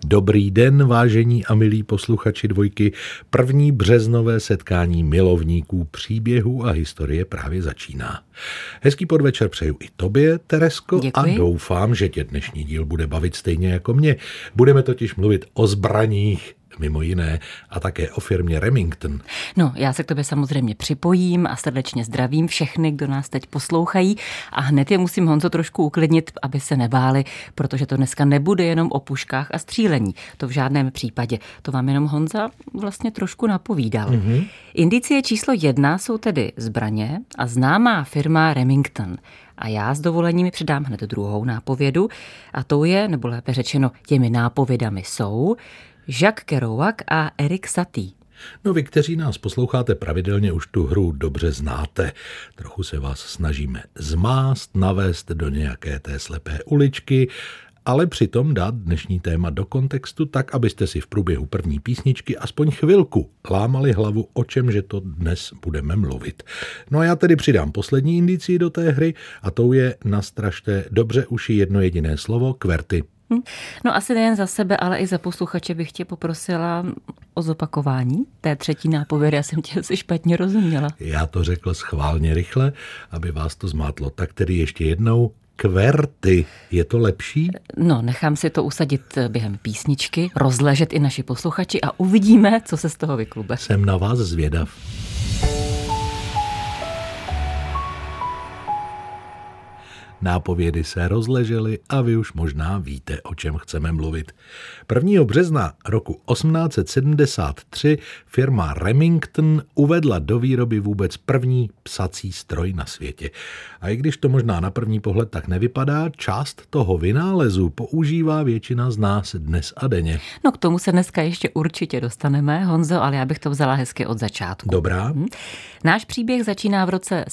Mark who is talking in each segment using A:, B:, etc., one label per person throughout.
A: Dobrý den, vážení a milí posluchači Dvojky. První březnové setkání milovníků příběhů a historie právě začíná. Hezký podvečer přeju i tobě, Teresko.
B: Děkuji.
A: A doufám, že tě dnešní díl bude bavit stejně jako mě. Budeme totiž mluvit o zbraních, mimo jiné, a také o firmě Remington.
B: No, já se k tobě samozřejmě připojím a srdečně zdravím všechny, kdo nás teď poslouchají. A hned je musím, Honzo, trošku uklidnit, aby se nebáli, protože to dneska nebude jenom o puškách a střílení. To v žádném případě. To vám jenom Honza vlastně trošku napovídal. Indicie číslo 1 jsou tedy zbraně a známá firma Remington. A já s dovolením přidám hned druhou nápovědu a tou je, nebo lépe řečeno, těmi nápovědami jsou Jacques Kerouac a Erik Satie.
A: No vy, kteří nás posloucháte pravidelně, už tu hru dobře znáte. Trochu se vás snažíme zmást, navést do nějaké té slepé uličky, ale přitom dát dnešní téma do kontextu tak, abyste si v průběhu první písničky aspoň chvilku lámali hlavu, o čemže to dnes budeme mluvit. No a já tedy přidám poslední indicii do té hry a tou je, nastražte dobře uši jedno jediné slovo, kverty.
B: No asi nejen za sebe, ale i za posluchače bych tě poprosila o zopakování té třetí nápovědy. Já jsem tě asi špatně rozuměla.
A: Já to řekl schválně rychle, aby vás to zmátlo. Tak tedy ještě jednou, kverty. Je to lepší?
B: No, nechám si to usadit během písničky, rozležet i naši posluchači a uvidíme, co se z toho vyklube.
A: Jsem na vás zvědav. Nápovědy se rozležely a vy už možná víte, o čem chceme mluvit. 1. března roku 1873 firma Remington uvedla do výroby vůbec první psací stroj na světě. A i když to možná na první pohled tak nevypadá, část toho vynálezu používá většina z nás dnes a denně.
B: No k tomu se dneska ještě určitě dostaneme, Honzo, ale já bych to vzala hezky od začátku.
A: Dobrá.
B: Náš příběh začíná v roce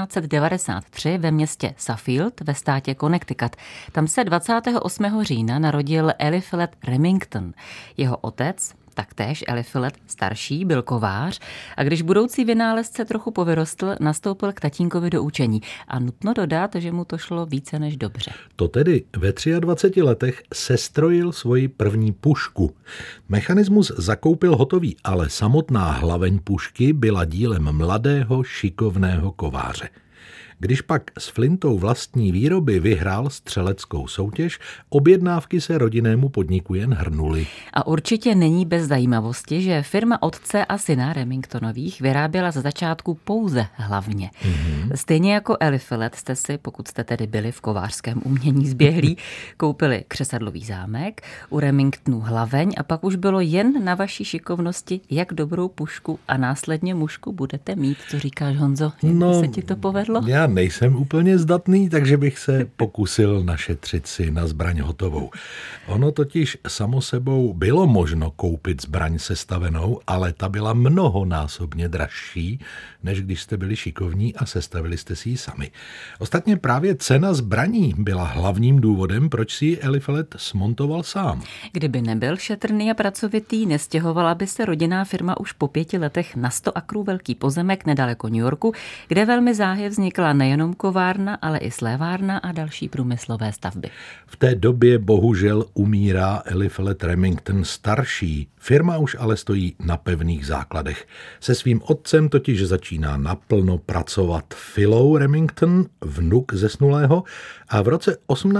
B: 1793 ve městě Suffield ve státě Connecticut. Tam se 28. října narodil Eliphalet Remington. Jeho otec, taktéž Eliphalet starší, byl kovář a když budoucí vynálezce trochu povyrostl, nastoupil k tatínkovi do učení. A nutno dodat, že mu to šlo více než dobře.
A: To tedy ve 23 letech sestrojil svoji první pušku. Mechanismus zakoupil hotový, ale samotná hlaveň pušky byla dílem mladého, šikovného kováře. Když pak s flintou vlastní výroby vyhrál střeleckou soutěž, objednávky se rodinnému podniku jen hrnuly.
B: A určitě není bez zajímavosti, že firma otce a syna Remingtonových vyráběla za začátku pouze hlavně. Stejně jako Eliphalet jste si, pokud jste tedy byli v kovářském umění zběhlí, koupili křesadlový zámek, u Remingtonu hlaveň a pak už bylo jen na vaší šikovnosti, jak dobrou pušku a následně mušku budete mít. Co říkáš, Honzo? Jak se ti to povedlo?
A: Já nejsem úplně zdatný, takže bych se pokusil našetřit si na zbraň hotovou. Ono totiž samo sebou bylo možno koupit zbraň sestavenou, ale ta byla mnohonásobně dražší, než když jste byli šikovní a sestavili jste si ji sami. Ostatně právě cena zbraní byla hlavním důvodem, proč si ji Eliphalet smontoval sám.
B: Kdyby nebyl šetrný a pracovitý, nestěhovala by se rodinná firma už po 5 letech na 100 akrů velký pozemek nedaleko New Yorku, kde velmi záhy vznikla nejenom kovárna, ale i slévárna a další průmyslové stavby.
A: V té době bohužel umírá Eliphalet Remington starší. Firma už ale stojí na pevných základech. Se svým otcem totiž začíná naplno pracovat Philo Remington, vnuk zesnulého, a v roce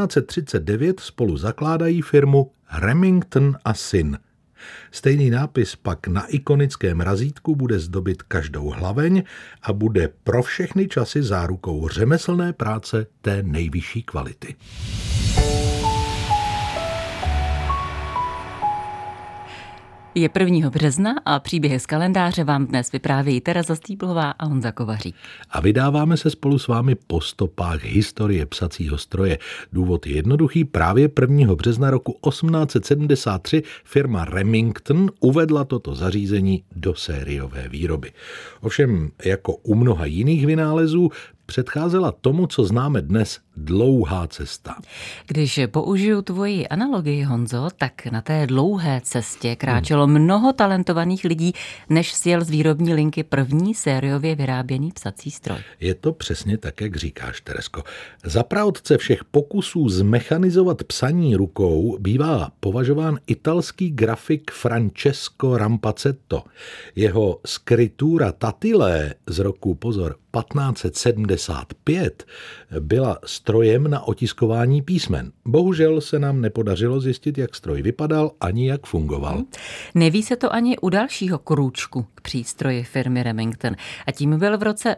A: 1839 spolu zakládají firmu Remington a syn. Stejný nápis pak na ikonickém razítku bude zdobit každou hlaveň a bude pro všechny časy zárukou řemeslné práce té nejvyšší kvality.
B: Je 1. března a příběhy z kalendáře vám dnes vyprávějí Tereza Stýplová a Honza Kovařík.
A: A vydáváme se spolu s vámi po stopách historie psacího stroje. Důvod je jednoduchý. Právě 1. března roku 1873 firma Remington uvedla toto zařízení do sériové výroby. Ovšem, jako u mnoha jiných vynálezů, předcházela tomu, co známe dnes, dlouhá cesta.
B: Když použiju tvoji analogii, Honzo, tak na té dlouhé cestě kráčelo mnoho talentovaných lidí, než sjel z výrobní linky první sériově vyráběný psací stroj.
A: Je to přesně tak, jak říkáš, Teresko. Za praotce všech pokusů zmechanizovat psaní rukou bývá považován italský grafik Francesco Rampacetto. Jeho Scrittura Tatilé z roku, pozor, 1575 byla strojem na otiskování písmen. Bohužel se nám nepodařilo zjistit, jak stroj vypadal, ani jak fungoval.
B: Neví se to ani u dalšího krůčku k přístroji firmy Remington. A tím byl v roce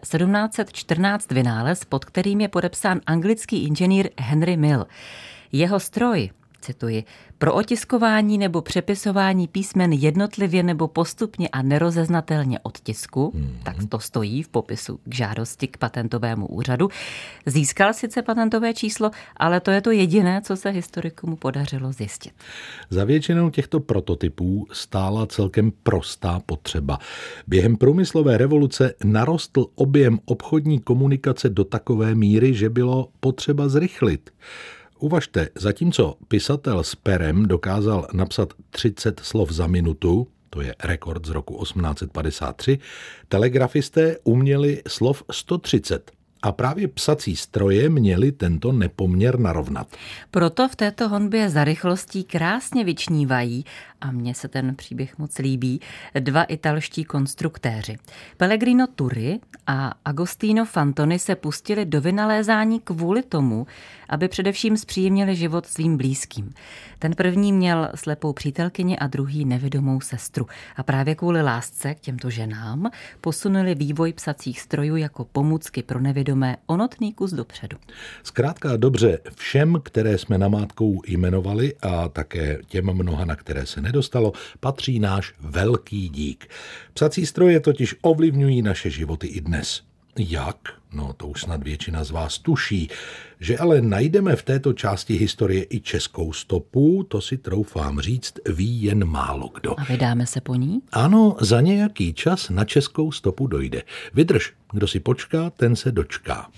B: 1714 vynález, pod kterým je podepsán anglický inženýr Henry Mill. Jeho stroj, cituji, pro otiskování nebo přepisování písmen jednotlivě nebo postupně a nerozeznatelně od tisku, tak to stojí v popisu k žádosti k patentovému úřadu. Získal sice patentové číslo, ale to je to jediné, co se historikům podařilo zjistit.
A: Za většinou těchto prototypů stála celkem prostá potřeba. Během průmyslové revoluce narostl objem obchodní komunikace do takové míry, že bylo potřeba zrychlit. Uvažte, zatímco pisatel s perem dokázal napsat 30 slov za minutu, to je rekord z roku 1853, telegrafisté uměli slov 130. A právě psací stroje měly tento nepoměr narovnat.
B: Proto v této honbě za rychlostí krásně vyčnívají, a mně se ten příběh moc líbí, dva italští konstruktéři. Pellegrino Turri a Agostino Fantoni se pustili do vynalézání kvůli tomu, aby především zpříjemnili život svým blízkým. Ten první měl slepou přítelkyni a druhý nevidomou sestru. A právě kvůli lásce k těmto ženám posunuli vývoj psacích strojů jako pomůcky pro nevidomé o notný kus dopředu.
A: Zkrátka dobře, všem, které jsme namátkou jmenovali a také těm mnoha, na které se nedostalo, patří náš velký dík. Psací stroje totiž ovlivňují naše životy i dnes. Jak? No to už snad většina z vás tuší. Že ale najdeme v této části historie i českou stopu, to si troufám říct, ví jen málo kdo.
B: A vydáme se po ní?
A: Ano, za nějaký čas na českou stopu dojde. Vydrž, kdo si počká, ten se dočká.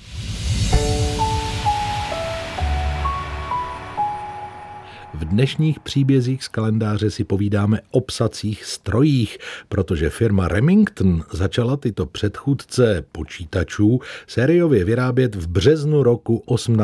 A: V dnešních příbězích z kalendáře si povídáme o psacích strojích, protože firma Remington začala tyto předchůdce počítačů sériově vyrábět v březnu roku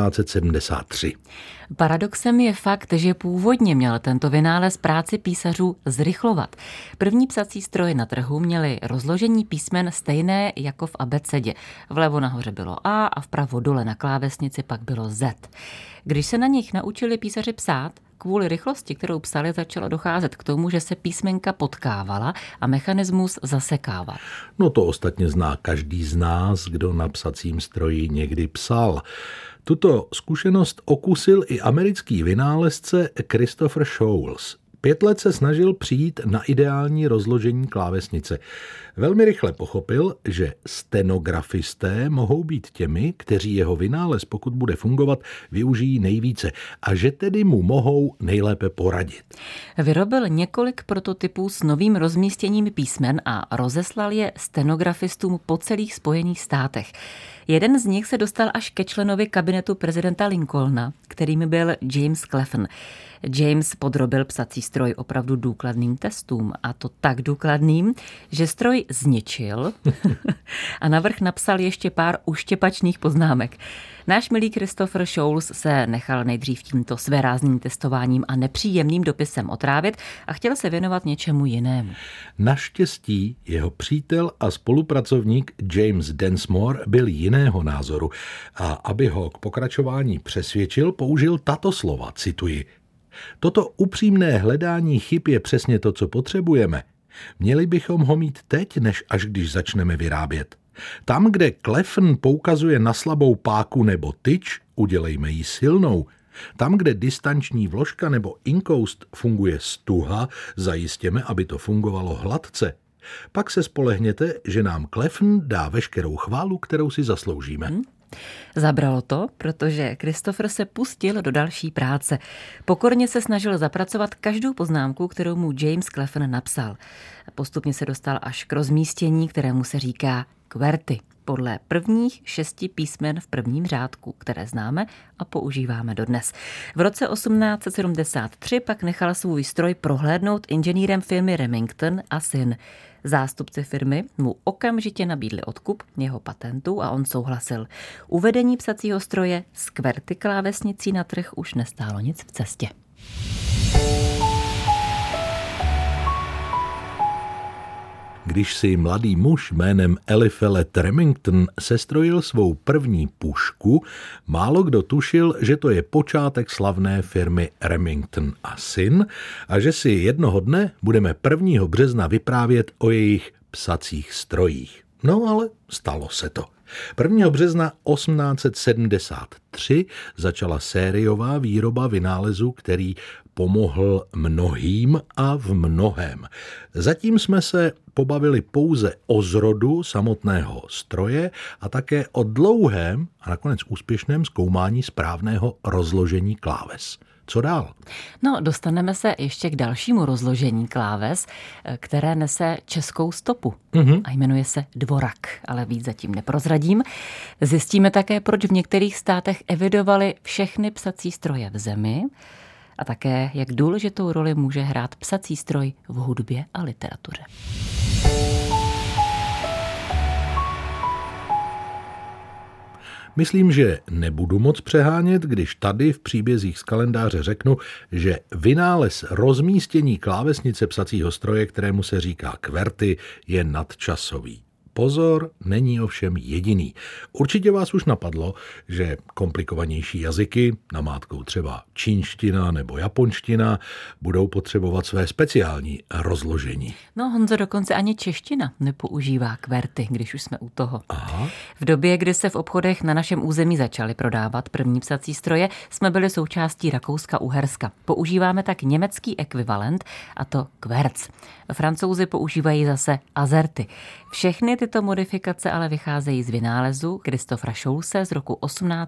A: 1873.
B: Paradoxem je fakt, že původně měl tento vynález práci písařů zrychlovat. První psací stroje na trhu měly rozložení písmen stejné jako v abecedě. Vlevo nahoře bylo A a vpravo dole na klávesnici pak bylo Z. Když se na nich naučili písaři psát, kvůli rychlosti, kterou psali, začalo docházet k tomu, že se písmenka potkávala a mechanismus zasekával.
A: No to ostatně zná každý z nás, kdo na psacím stroji někdy psal. Tuto zkušenost okusil i americký vynálezce Christopher Sholes. 5 let se snažil přijít na ideální rozložení klávesnice. Velmi rychle pochopil, že stenografisté mohou být těmi, kteří jeho vynález, pokud bude fungovat, využijí nejvíce a že tedy mu mohou nejlépe poradit.
B: Vyrobil několik prototypů s novým rozmístěním písmen a rozeslal je stenografistům po celých Spojených státech. Jeden z nich se dostal až ke členovi kabinetu prezidenta Lincolna, kterým byl James Cleffen. James podrobil psací stroj opravdu důkladným testům, a to tak důkladným, že stroj zničil a navrch napsal ještě pár uštěpačných poznámek. Náš milý Christopher Sholes se nechal nejdřív tímto svérázným testováním a nepříjemným dopisem otrávit a chtěl se věnovat něčemu jinému.
A: Naštěstí jeho přítel a spolupracovník James Densmore byl jiného názoru a aby ho k pokračování přesvědčil, použil tato slova, cituji: "Toto upřímné hledání chyb je přesně to, co potřebujeme. Měli bychom ho mít teď, než až když začneme vyrábět. Tam, kde Cleffen poukazuje na slabou páku nebo tyč, udělejme ji silnou. Tam, kde distanční vložka nebo inkoust funguje stuha, zajistěme, aby to fungovalo hladce. Pak se spolehněte, že nám Cleffen dá veškerou chválu, kterou si zasloužíme."
B: Zabralo to, protože Christopher se pustil do další práce. Pokorně se snažil zapracovat každou poznámku, kterou mu James Cleffen napsal. Postupně se dostal až k rozmístění, kterému se říká QWERTY podle prvních 6 písmen v prvním řádku, které známe a používáme dodnes. V roce 1873 pak nechal svůj stroj prohlédnout inženýrem firmy Remington a syn. Zástupci firmy mu okamžitě nabídli odkup jeho patentů a on souhlasil. Uvedení psacího stroje s QWERTY klávesnicí na trh už nestálo nic v cestě.
A: Když si mladý muž jménem Eliphalet Remington sestrojil svou první pušku, málo kdo tušil, že to je počátek slavné firmy Remington a syn a že si jednoho dne budeme 1. března vyprávět o jejich psacích strojích. No ale stalo se to. 1. března 1873 začala sériová výroba vynálezu, který pomohl mnohým a v mnohém. Zatím jsme se pobavili pouze o zrodu samotného stroje a také o dlouhém a nakonec úspěšném zkoumání správného rozložení kláves. Co dál?
B: No, dostaneme se ještě k dalšímu rozložení kláves, které nese českou stopu a jmenuje se dvorak, ale víc zatím neprozradím. Zjistíme také, proč v některých státech evidovali všechny psací stroje v zemi a také, jak důležitou roli může hrát psací stroj v hudbě a literatuře.
A: Myslím, že nebudu moc přehánět, když tady v příbězích z kalendáře řeknu, že vynález rozmístění klávesnice psacího stroje, kterému se říká QWERTY, je nadčasový. Pozor, není ovšem jediný. Určitě vás už napadlo, že komplikovanější jazyky, namátkou třeba čínština nebo japonština, budou potřebovat své speciální rozložení.
B: No, Honzo, dokonce ani čeština nepoužívá QWERTY, když už jsme u toho.
A: Aha.
B: V době, kdy se v obchodech na našem území začaly prodávat první psací stroje, jsme byli součástí Rakouska-Uherska. Používáme tak německý ekvivalent, a to QWERTZ. Francouzi používají zase AZERTY. Všechny tyto modifikace ale vycházejí z vynálezu Christophera Scholze z roku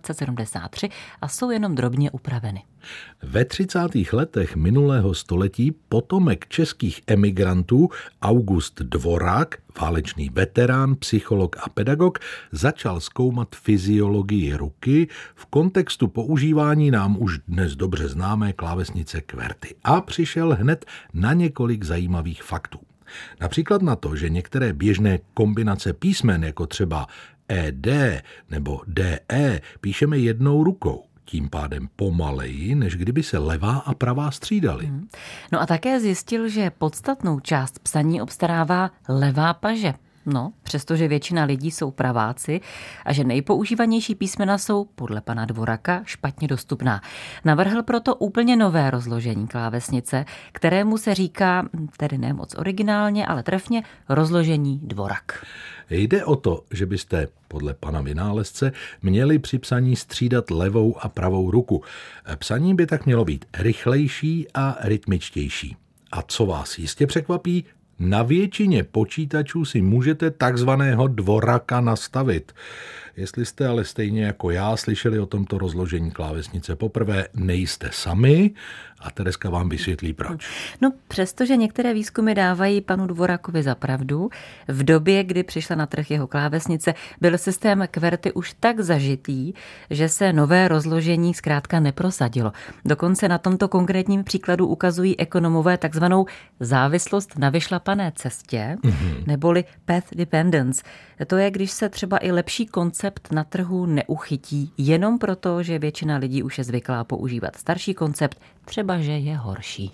B: 1873 a jsou jenom drobně upraveny.
A: Ve 30. letech minulého století potomek českých emigrantů August Dvorak, válečný veterán, psycholog a pedagog, začal zkoumat fyziologii ruky v kontextu používání nám už dnes dobře známé klávesnice QWERTY a přišel hned na několik zajímavých faktů. Například na to, že některé běžné kombinace písmen, jako třeba ED nebo DE, píšeme jednou rukou, tím pádem pomaleji, než kdyby se levá a pravá střídaly.
B: No a také zjistil, že podstatnou část psaní obstarává levá paže. No, přestože většina lidí jsou praváci a že nejpoužívanější písmena jsou podle pana Dvoraka špatně dostupná. Navrhl proto úplně nové rozložení klávesnice, kterému se říká, tedy ne moc originálně, ale trefně, rozložení Dvorak.
A: Jde o to, že byste, podle pana vynálezce, měli při psaní střídat levou a pravou ruku. Psaní by tak mělo být rychlejší a rytmičtější. A co vás jistě překvapí, na většině počítačů si můžete takzvaného Dvoraka nastavit. Jestli jste ale stejně jako já slyšeli o tomto rozložení klávesnice poprvé, nejste sami a Tereska vám vysvětlí proč.
B: No, přestože některé výzkumy dávají panu Dvorakovi za pravdu, v době, kdy přišla na trh jeho klávesnice, byl systém QWERTY už tak zažitý, že se nové rozložení zkrátka neprosadilo. Dokonce na tomto konkrétním příkladu ukazují ekonomové takzvanou závislost na vyšlapané cestě, neboli path dependence. To je, když se třeba i lepší koncept na trhu neuchytí, jenom proto, že většina lidí už je zvyklá používat starší koncept, třeba že je horší.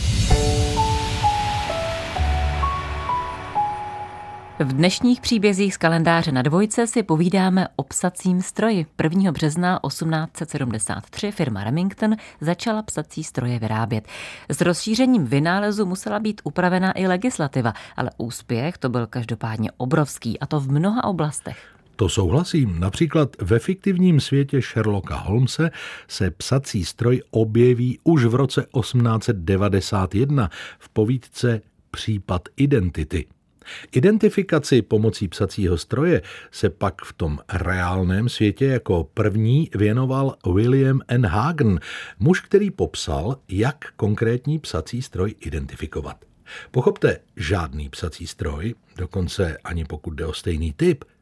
B: V dnešních příbězích z kalendáře na dvojce si povídáme o psacím stroji. 1. března 1873 firma Remington začala psací stroje vyrábět. S rozšířením vynálezu musela být upravena i legislativa, ale úspěch to byl každopádně obrovský, a to v mnoha oblastech.
A: To souhlasím. Například ve fiktivním světě Sherlocka Holmese se psací stroj objeví už v roce 1891 v povídce Případ identity. Identifikaci pomocí psacího stroje se pak v tom reálném světě jako první věnoval William N. Hagen, muž, který popsal, jak konkrétní psací stroj identifikovat. Pochopte, žádný psací stroj, dokonce ani pokud jde o stejný typ,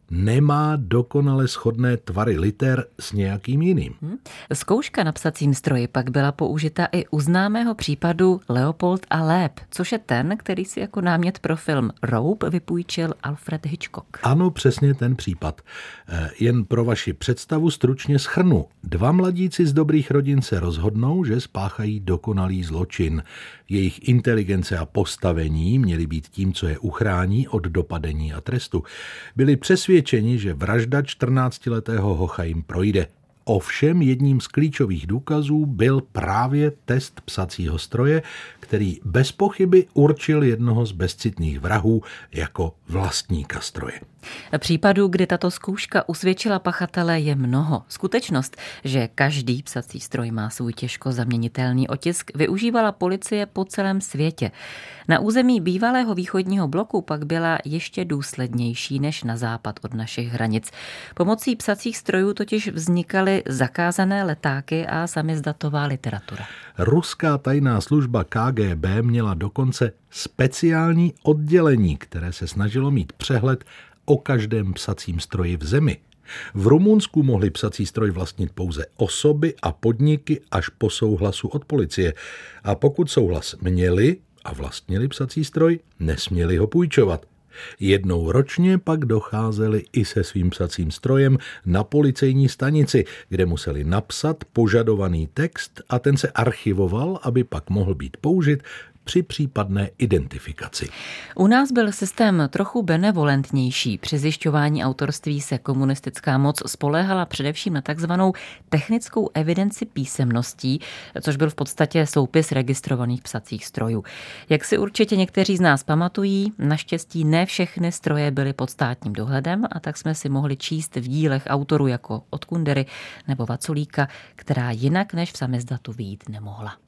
A: nemá dokonale shodné tvary liter s nějakým jiným.
B: Zkouška na psacím stroji pak byla použita i u známého případu Leopold a Léb, což je ten, který si jako námět pro film Rope vypůjčil Alfred Hitchcock.
A: Ano, přesně ten případ. Jen pro vaši představu stručně shrnu. 2 mladíci z dobrých rodin se rozhodnou, že spáchají dokonalý zločin. Jejich inteligence a postavení měly být tím, co je uchrání od dopadení a trestu. Byli přesvědčeni, že vražda 14letého hocha jim projde. Ovšem jedním z klíčových důkazů byl právě test psacího stroje, který bez pochyby určil jednoho z bezcitných vrahů jako vlastníka stroje.
B: Případů, kdy tato zkouška usvědčila pachatele, je mnoho. Skutečnost, že každý psací stroj má svůj těžko zaměnitelný otisk, využívala policie po celém světě. Na území bývalého východního bloku pak byla ještě důslednější než na západ od našich hranic. Pomocí psacích strojů totiž vznikaly zakázané letáky a samizdatová literatura.
A: Ruská tajná služba KGB měla dokonce speciální oddělení, které se snažilo mít přehled o každém psacím stroji v zemi. V Rumunsku mohli psací stroj vlastnit pouze osoby a podniky až po souhlasu od policie. A pokud souhlas měli a vlastnili psací stroj, nesměli ho půjčovat. Jednou ročně pak docházeli i se svým psacím strojem na policejní stanici, kde museli napsat požadovaný text a ten se archivoval, aby pak mohl být použit při případné identifikaci.
B: U nás byl systém trochu benevolentnější. Při zjišťování autorství se komunistická moc spoléhala především na takzvanou technickou evidenci písemností, což byl v podstatě soupis registrovaných psacích strojů. Jak si určitě někteří z nás pamatují, naštěstí ne všechny stroje byly pod státním dohledem a tak jsme si mohli číst v dílech autorů jako od Kundery nebo Vaculíka, která jinak než v samizdatu vyjít nemohla.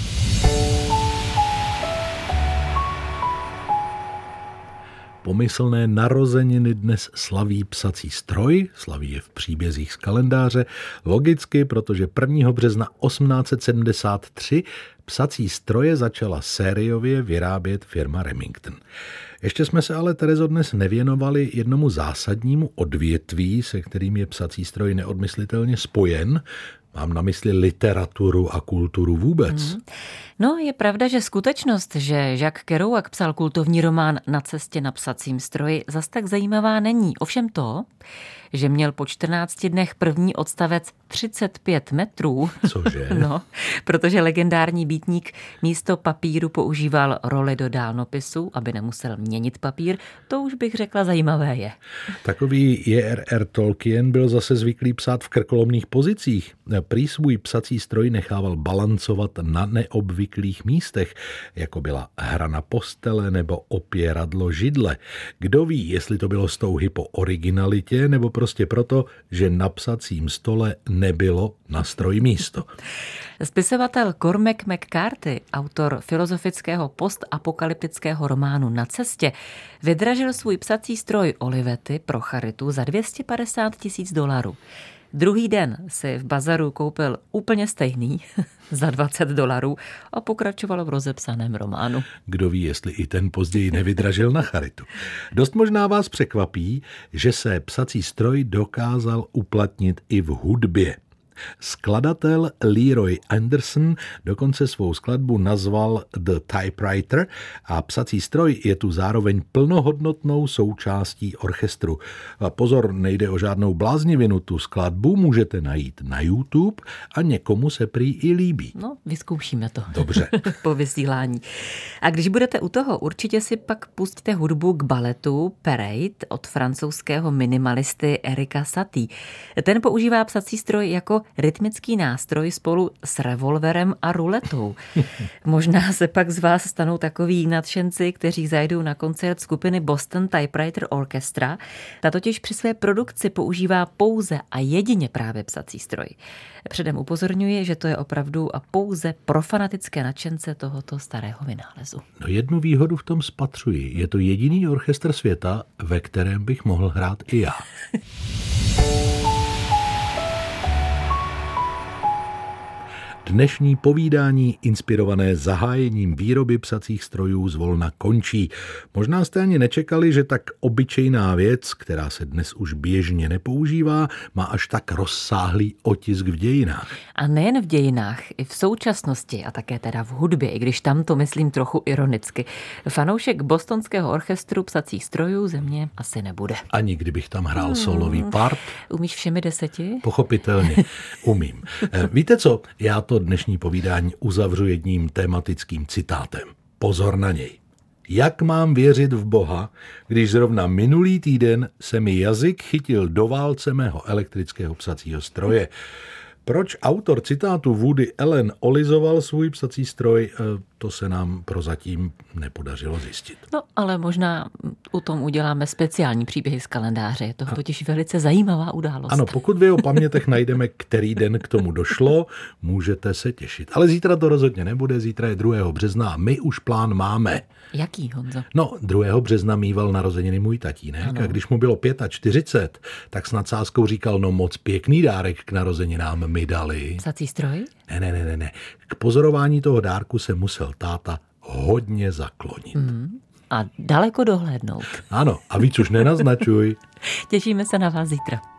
A: Pomyslné narozeniny dnes slaví psací stroj, slaví je v příbězích z kalendáře, logicky, protože 1. března 1873 psací stroje začala sériově vyrábět firma Remington. Ještě jsme se ale, Terezo, dnes nevěnovali jednomu zásadnímu odvětví, se kterým je psací stroj neodmyslitelně spojen. Mám na mysli literaturu a kulturu vůbec.
B: No, je pravda, že skutečnost, že Jacques Kerouac psal kultovní román Na cestě na psacím stroji, zas tak zajímavá není. Ovšem to, že měl po 14 dnech první odstavec 35 metrů.
A: Cože?
B: No, protože legendární býtník místo papíru používal roli do dálnopisu, aby nemusel měnit papír, to už bych řekla zajímavé je.
A: Takový J.R.R. Tolkien byl zase zvyklý psát v krkolomných pozicích. Prý svůj psací stroj nechával balancovat na neobvyklých místech, jako byla hra na postele nebo opěradlo židle. Kdo ví, jestli to bylo z touhy po originalitě, nebo prostě proto, že na psacím stole nebylo na stroj místo.
B: Spisovatel Cormac McCarthy, autor filozofického postapokalyptického románu Na cestě, vydražil svůj psací stroj Olivetti pro charitu za $250,000. Druhý den si v bazaru koupil úplně stejný za $20 a pokračoval v rozepsaném románu.
A: Kdo ví, jestli i ten později nevydražil na charitu. Dost možná vás překvapí, že se psací stroj dokázal uplatnit i v hudbě. Skladatel Leroy Anderson dokonce svou skladbu nazval The Typewriter a psací stroj je tu zároveň plnohodnotnou součástí orchestru. A pozor, nejde o žádnou bláznivinu, tu skladbu můžete najít na YouTube a někomu se prý i líbí.
B: No, vyzkoušíme to.
A: Dobře.
B: Po vysílání. A když budete u toho, určitě si pak pusťte hudbu k baletu Parade od francouzského minimalisty Erika Satie. Ten používá psací stroj jako rytmický nástroj spolu s revolverem a ruletou. Možná se pak z vás stanou takoví nadšenci, kteří zajdou na koncert skupiny Boston Typewriter Orchestra. Ta totiž při své produkci používá pouze a jedině právě psací stroj. Předem upozorňuji, že to je opravdu a pouze pro fanatické nadšence tohoto starého vynálezu.
A: No, jednu výhodu v tom spatřuji. Je to jediný orchestr světa, ve kterém bych mohl hrát i já. Dnešní povídání, inspirované zahájením výroby psacích strojů, zvolna končí. Možná jste ani nečekali, že tak obyčejná věc, která se dnes už běžně nepoužívá, má až tak rozsáhlý otisk v dějinách.
B: A nejen v dějinách, i v současnosti a také teda v hudbě, i když tam to myslím trochu ironicky. Fanoušek bostonského orchestru psacích strojů ze mě asi nebude.
A: Ani kdybych tam hrál solový part.
B: Umíš všemi 10?
A: Pochopitelně umím. Víte co, já to dnešní povídání uzavřu jedním tematickým citátem. Pozor na něj. Jak mám věřit v Boha, když zrovna minulý týden se mi jazyk chytil do válce mého elektrického psacího stroje? Proč autor citátu Woody Allen olizoval svůj psací stroj, to se nám prozatím nepodařilo zjistit.
B: No, ale možná u tom uděláme speciální příběhy z kalendáře. Je to totiž velice zajímavá událost.
A: Ano, pokud v jeho pamětech najdeme, který den k tomu došlo, můžete se těšit. Ale zítra to rozhodně nebude, zítra je 2. března a my už plán máme.
B: Jaký, Honzo?
A: No, 2. března mýval narozeniny můj tatínek, ano. A když mu bylo 45, tak s nadsázkou říkal, no moc pěkný dárek k narozeninám mi dali.
B: Psací stroj?
A: Ne. K pozorování toho dárku se musel táta hodně zaklonit.
B: A daleko dohlédnout.
A: Ano, a víc už nenaznačuj.
B: Těšíme se na vás zítra.